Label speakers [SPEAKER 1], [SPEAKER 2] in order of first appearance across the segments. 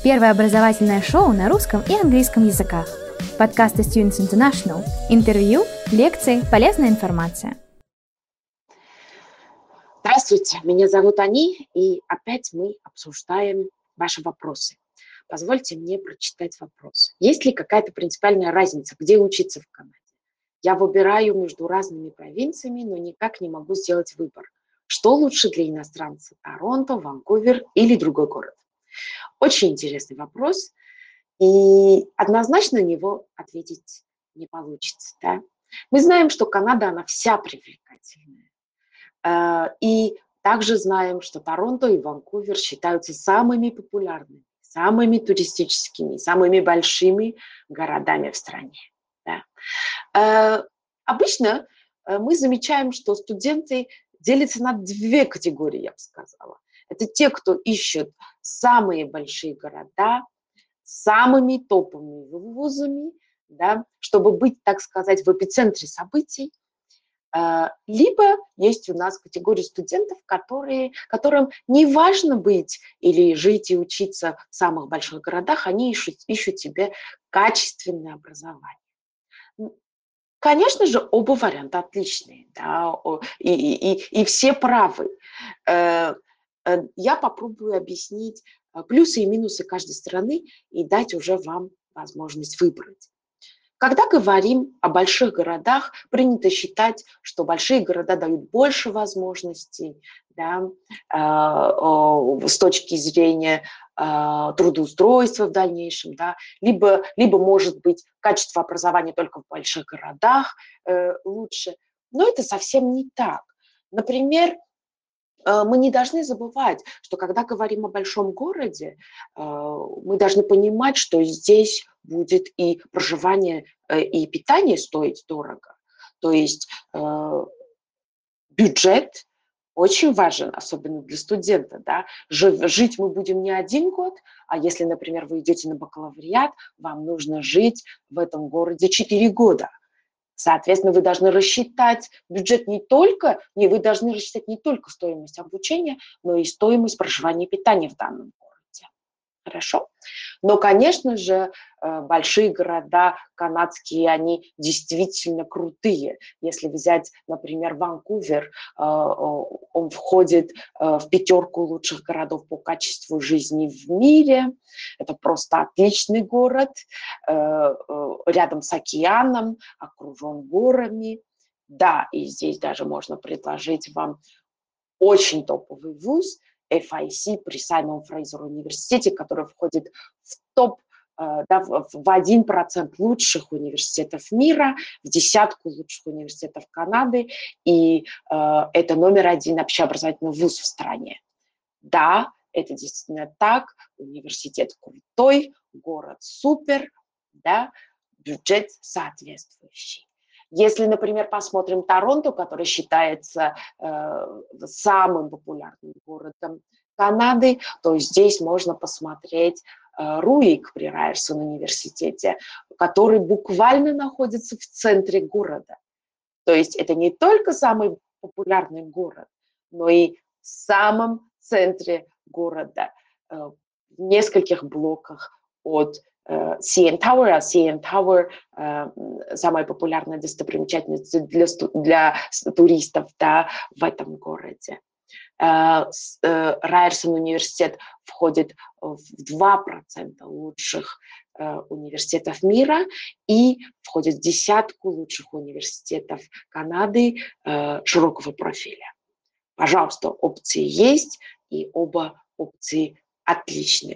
[SPEAKER 1] Первое образовательное шоу на русском и английском языках. Подкасты Students International. Интервью, лекции, полезная информация.
[SPEAKER 2] Здравствуйте, меня зовут Ани, и опять мы обсуждаем ваши вопросы. Позвольте мне прочитать вопрос. Есть ли какая-то принципиальная разница, где учиться в Канаде? Я выбираю между разными провинциями, но никак не могу сделать выбор. Что лучше для иностранца? Торонто, Ванкувер или другой город? Очень интересный вопрос, и однозначно на него ответить не получится. Да? Мы знаем, что Канада, она вся привлекательная. И также знаем, что Торонто и Ванкувер считаются самыми популярными, самыми туристическими, самыми большими городами в стране. Да. Обычно мы замечаем, что студенты делятся на две категории, я бы сказала. Это те, кто ищет самые большие города, самыми топовыми вузами, да, чтобы быть, так сказать, в эпицентре событий. Либо есть у нас категория студентов, которым не важно быть или жить и учиться в самых больших городах, они ищут себе качественное образование. Конечно же, оба варианта отличные, да, и все правы. Я попробую объяснить плюсы и минусы каждой стороны и дать уже вам возможность выбрать. Когда говорим о больших городах, принято считать, что большие города дают больше возможностей, да, с точки зрения трудоустройства в дальнейшем, да, либо может быть качество образования только в больших городах лучше. Но это совсем не так. Например, мы не должны забывать, что когда говорим о большом городе, мы должны понимать, что здесь будет и проживание, и питание стоить дорого. То есть бюджет очень важен, особенно для студента. Да? Жить мы будем не 1 год, а если, например, вы идете на бакалавриат, вам нужно жить в этом городе 4 года. Соответственно, вы должны рассчитать бюджет вы должны рассчитать не только стоимость обучения, но и стоимость проживания и питания в данном городе. Хорошо? Но, конечно же, большие города канадские, они действительно крутые. Если взять, например, Ванкувер, он входит в 5 лучших городов по качеству жизни в мире. Это просто отличный город, рядом с океаном, окружен горами. Да, и здесь даже можно предложить вам очень топовый вуз, FIC при Саймон Фрейзер университете, который входит в топ, в 1% лучших университетов мира, в 10 лучших университетов Канады, и это номер 1 общеобразовательный вуз в стране. Да, это действительно так, университет крутой, город супер, да, бюджет соответствующий. Если, например, посмотрим Торонто, который считается самым популярным городом Канады, то здесь можно посмотреть Руик при Райерсон университете, который буквально находится в центре города. То есть это не только самый популярный город, но и в самом центре города, в нескольких блоках от CN Tower, а CN Tower самая популярная достопримечательность для туристов, да, в этом городе. Райерсон университет входит в 2% лучших университетов мира и входит в 10 лучших университетов Канады широкого профиля. Пожалуйста, опции есть, и обе опции отличные.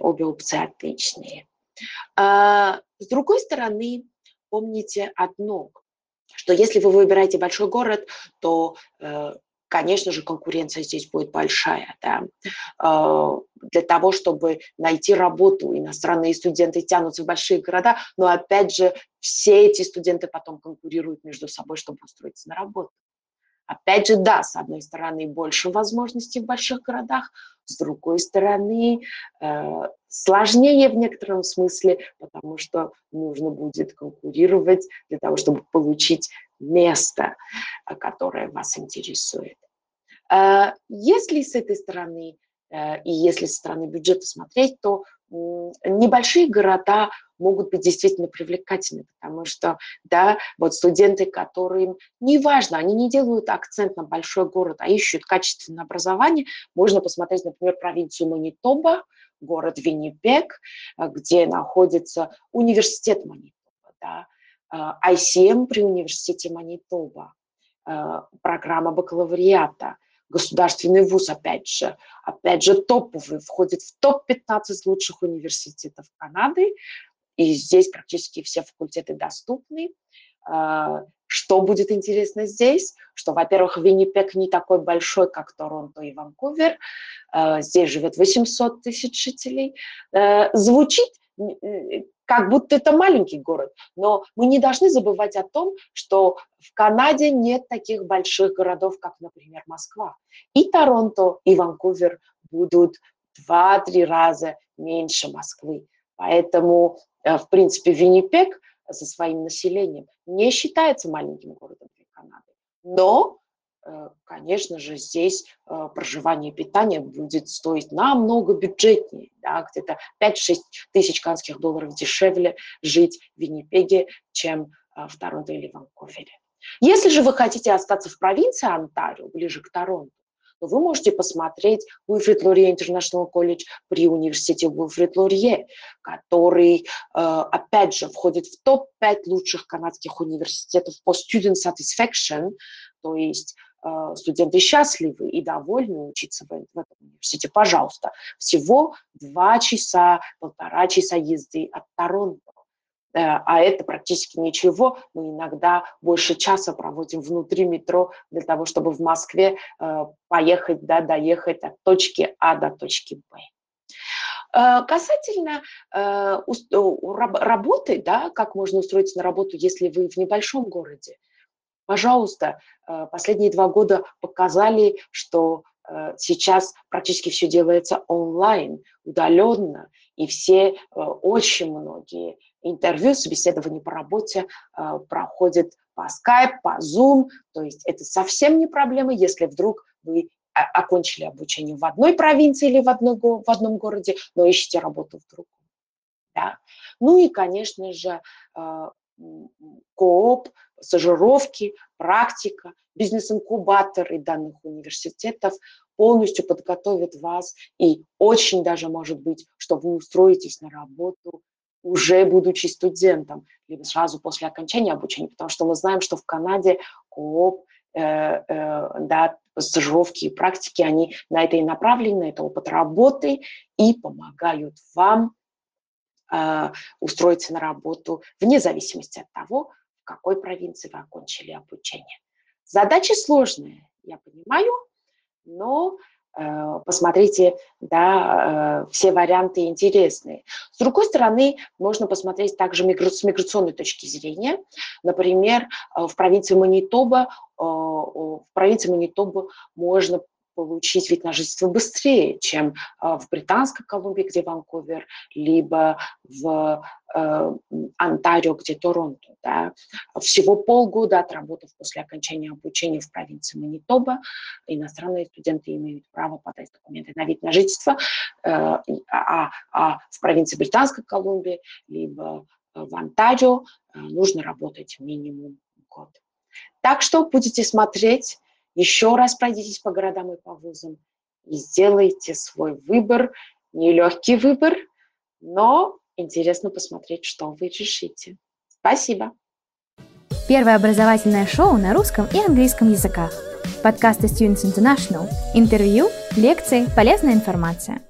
[SPEAKER 2] С другой стороны, помните одно, что если вы выбираете большой город, то, конечно же, конкуренция здесь будет большая. Да? Для того, чтобы найти работу, иностранные студенты тянутся в большие города, но, опять же, все эти студенты потом конкурируют между собой, чтобы устроиться на работу. Опять же, да, с одной стороны, больше возможностей в больших городах, с другой стороны, сложнее в некотором смысле, потому что нужно будет конкурировать для того, чтобы получить место, которое вас интересует. Если с этой стороны и если со стороны бюджета смотреть, то небольшие города могут быть действительно привлекательны, потому что, да, вот студенты, которым не важно, они не делают акцент на большой город, а ищут качественное образование, можно посмотреть, например, провинцию Манитоба, город Виннипег, где находится университет Манитоба, да, ICM при университете Манитоба, программа бакалавриата, государственный вуз, опять же топовый, входит в топ-15 лучших университетов Канады, и здесь практически все факультеты доступны. Что будет интересно здесь? Что, во-первых, Виннипег не такой большой, как Торонто и Ванкувер. Здесь живет 800 тысяч жителей. Звучит как будто это маленький город, но мы не должны забывать о том, что в Канаде нет таких больших городов, как, например, Москва. И Торонто, и Ванкувер будут 2-3 раза меньше Москвы. Поэтому, в принципе, Виннипег со своим населением не считается маленьким городом для Канады. Но, конечно же, здесь проживание и питание будет стоить намного бюджетнее, да, где-то 5-6 тысяч канадских долларов дешевле жить в Виннипеге, чем в Торонто или Ванкувере. Если же вы хотите остаться в провинции Онтарио, ближе к Торонто, то вы можете посмотреть Уилфрид Лорье International College при университете Уилфрид Лорье, который, опять же, входит в топ-5 лучших канадских университетов по Student Satisfaction, то есть студенты счастливы и довольны учиться в этом университете. Пожалуйста, всего 1,5 часа езды от Торонто. А это практически ничего. Мы иногда больше часа проводим внутри метро для того, чтобы в Москве поехать, да, доехать от точки А до точки Б. Касательно работы, да, как можно устроиться на работу, если вы в небольшом городе, пожалуйста, последние 2 года показали, что сейчас практически все делается онлайн, удаленно, и очень многие интервью, собеседования по работе проходят по Skype, по Zoom, то есть это совсем не проблема, если вдруг вы окончили обучение в одной провинции или в одном городе, но ищете работу в другом. Да? Ну и, конечно же, кооп, стажировки, практика, бизнес-инкубаторы данных университетов полностью подготовят вас, и очень даже может быть, что вы устроитесь на работу уже будучи студентом, либо сразу после окончания обучения, потому что мы знаем, что в Канаде кооп, да, стажировки и практики, они на это и направлены, на это опыт работы и помогают вам устроиться на работу вне зависимости от того, в какой провинции вы окончили обучение. Задачи сложные, я понимаю, но посмотрите, да, все варианты интересные. С другой стороны, можно посмотреть также с миграционной точки зрения. Например, в провинции Манитоба можно получить вид на жительство быстрее, чем в Британской Колумбии, где Ванкувер, либо в Онтарио, где Торонто. Да. Всего полгода отработав после окончания обучения в провинции Манитоба, иностранные студенты имеют право подать документы на вид на жительство, а в провинции Британской Колумбии, либо в Онтарио нужно работать минимум год. Так что будете смотреть, еще раз пройдитесь по городам и по вузам и сделайте свой выбор. Нелегкий выбор, но интересно посмотреть, что вы решите. Спасибо.
[SPEAKER 1] Первое образовательное шоу на русском и английском языках. Подкасты Students International. Интервью, лекции, полезная информация.